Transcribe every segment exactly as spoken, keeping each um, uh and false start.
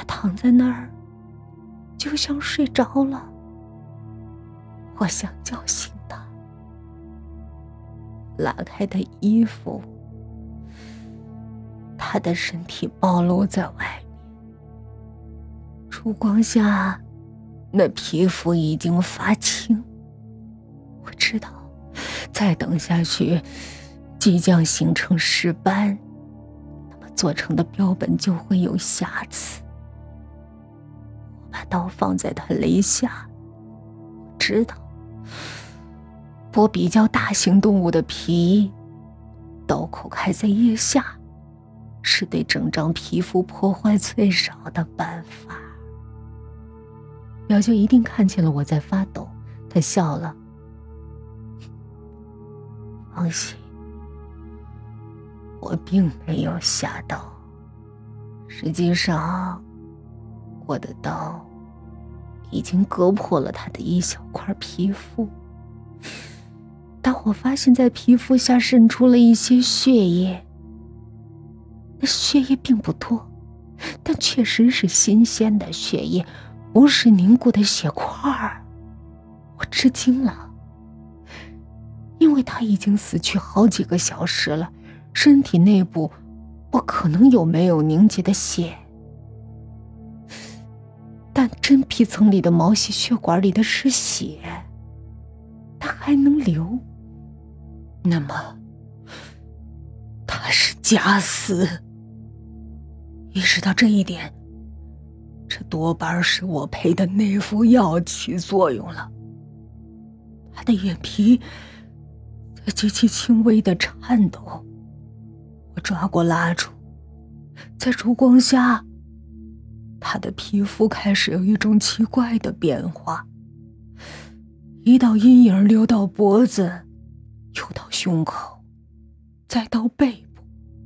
他躺在那儿，就像睡着了。我想叫醒他，拉开他衣服，他的身体暴露在外面，烛光下，那皮肤已经发青。我知道，再等下去，即将形成尸斑，那么做成的标本就会有瑕疵。我把刀放在他肋下，我知道，剥比较大型动物的皮，刀口开在腋下，是对整张皮肤破坏最少的办法。表舅一定看见了我在发抖，他笑了。放心，我并没有下刀，实际上我的刀已经割破了他的一小块皮肤，但我发现在皮肤下渗出了一些血液，那血液并不多，但确实是新鲜的血液，不是凝固的血块。我吃惊了，因为他已经死去好几个小时了，身体内部不可能有没有凝结的血，但真皮层里的毛细血管里的是血，它还能流，那么他是假死。意识到这一点，这多半是我配的那副药起作用了。他的眼皮在极其轻微的颤抖，我抓过蜡烛，在烛光下，他的皮肤开始有一种奇怪的变化，一道阴影流到脖子，又到胸口，再到背部。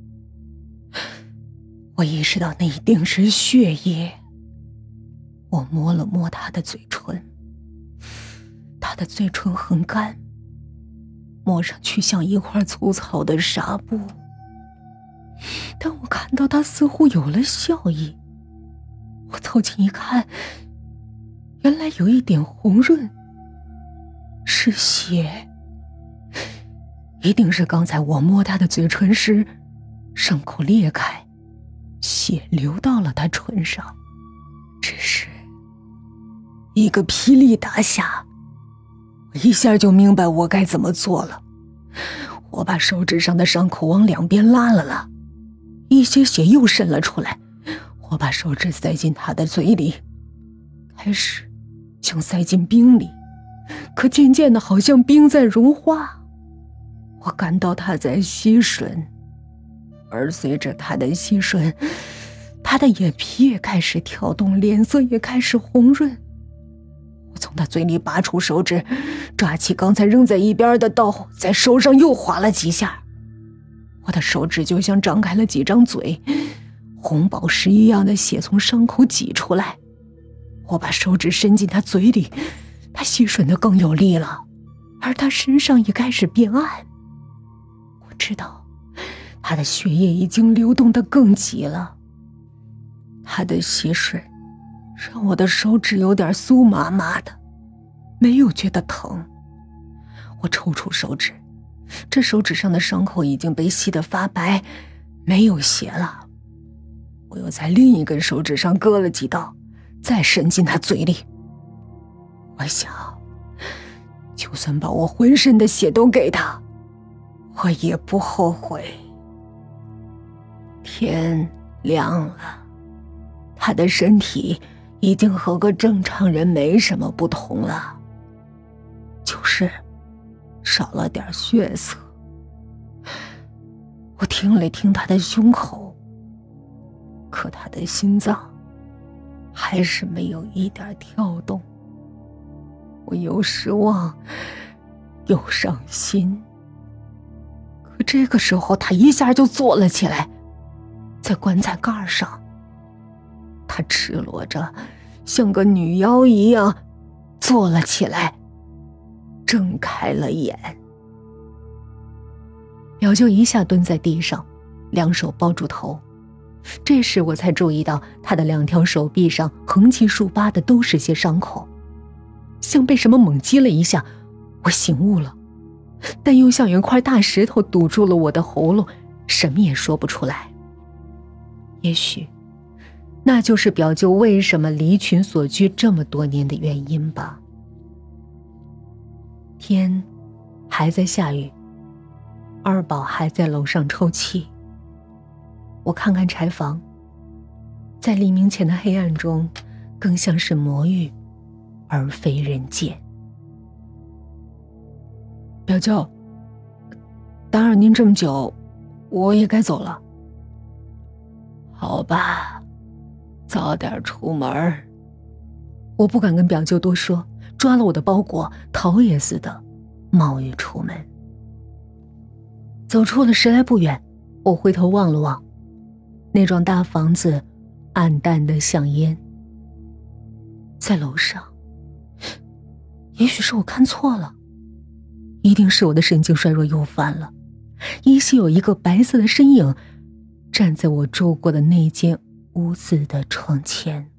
我意识到那一定是血液，我摸了摸他的嘴唇，他的嘴唇很干，摸上去像一块粗糙的纱布，但我看到他似乎有了笑意。我凑近一看，原来有一点红润，是血，一定是刚才我摸他的嘴唇时，伤口裂开，血流到了他唇上。只是一个霹雳打下，我一下就明白我该怎么做了。我把手指上的伤口往两边拉了拉，一些血又渗了出来。我把手指塞进他的嘴里，开始想塞进冰里，可渐渐的好像冰在融化。我感到他在吸吮，而随着他的吸吮，他的眼皮也开始跳动，脸色也开始红润。我从他嘴里拔出手指，抓起刚才扔在一边的刀，在手上又划了几下。我的手指就像张开了几张嘴，红宝石一样的血从伤口挤出来。我把手指伸进他嘴里，他吸吮得更有力了，而他身上也开始变暗。我知道他的血液已经流动得更急了。他的吸吮让我的手指有点酥麻麻的，没有觉得疼。我抽出手指，这手指上的伤口已经被吸得发白，没有血了。我又在另一根手指上割了几刀，再伸进他嘴里。我想，就算把我浑身的血都给他，我也不后悔。天亮了，他的身体已经和个正常人没什么不同了，就是少了点血色。我听了听他的胸口，可他的心脏还是没有一点跳动。我又失望又伤心。可这个时候他一下就坐了起来，在棺材盖上，他赤裸着像个女妖一样坐了起来，睁开了眼。表舅一下蹲在地上，两手抱住头， 这时我才注意到他的两条手臂上横七竖八的都是些伤口，像被什么猛击了一下。我醒悟了，但又像有一块大石头堵住了我的喉咙，什么也说不出来。也许那就是表舅为什么离群索居这么多年的原因吧。天还在下雨，二宝还在楼上抽泣。我看看柴房，在黎明前的黑暗中，更像是魔域，而非人间。表舅，打扰您这么久，我也该走了。好吧，早点出门。我不敢跟表舅多说，抓了我的包裹，逃也似的冒雨出门。走出了十来步远，我回头望了望，那幢大房子暗淡的像烟。在楼上，也许是我看错了，一定是我的神经衰弱又犯了。依稀有一个白色的身影站在我住过的那间屋子的窗前。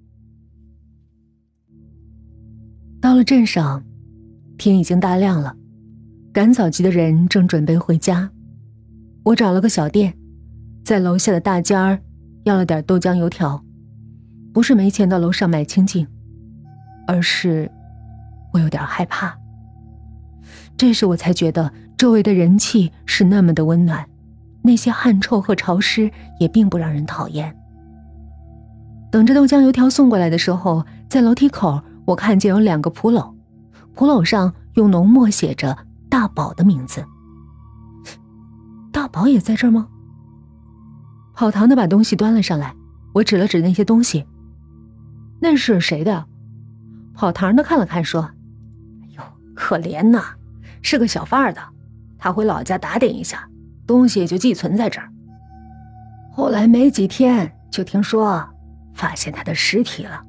到了镇上，天已经大亮了，赶早集的人正准备回家。我找了个小店，在楼下的大间儿要了点豆浆油条，不是没钱到楼上买清净，而是我有点害怕。这时我才觉得周围的人气是那么的温暖，那些汗臭和潮湿也并不让人讨厌。等着豆浆油条送过来的时候，在楼梯口我看见有两个蒲篓，蒲篓上用浓墨写着大宝的名字。大宝也在这儿吗？跑堂的把东西端了上来，我指了指那些东西。那是谁的？跑堂的看了看说，哎呦，可怜呐，是个小贩的，他回老家打点一下，东西就寄存在这儿。后来没几天就听说发现他的尸体了。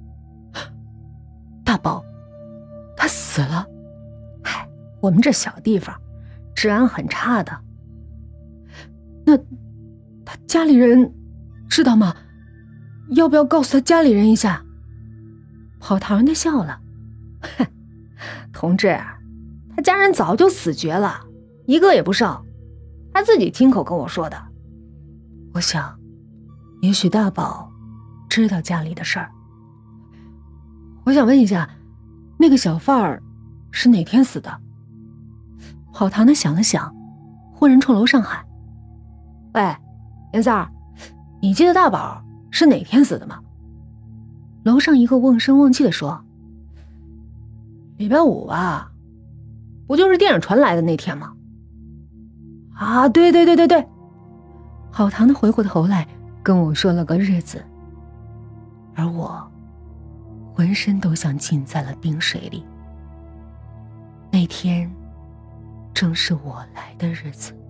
大宝他死了？嗨，我们这小地方治安很差的。那他家里人知道吗？要不要告诉他家里人一下？跑堂的笑了，哼，同志，他家人早就死绝了，一个也不剩，他自己亲口跟我说的。我想也许大宝知道家里的事儿。我想问一下，那个小贩儿是哪天死的？跑堂的想了想，忽然冲楼上喊，喂，严三儿，你记得大宝是哪天死的吗？楼上一个瓮声瓮气地说，礼拜五吧，不就是电影传来的那天吗？啊，对对对对对。跑堂的回过头来跟我说了个日子，而我浑身都像浸在了冰水里。那天正是我来的日子。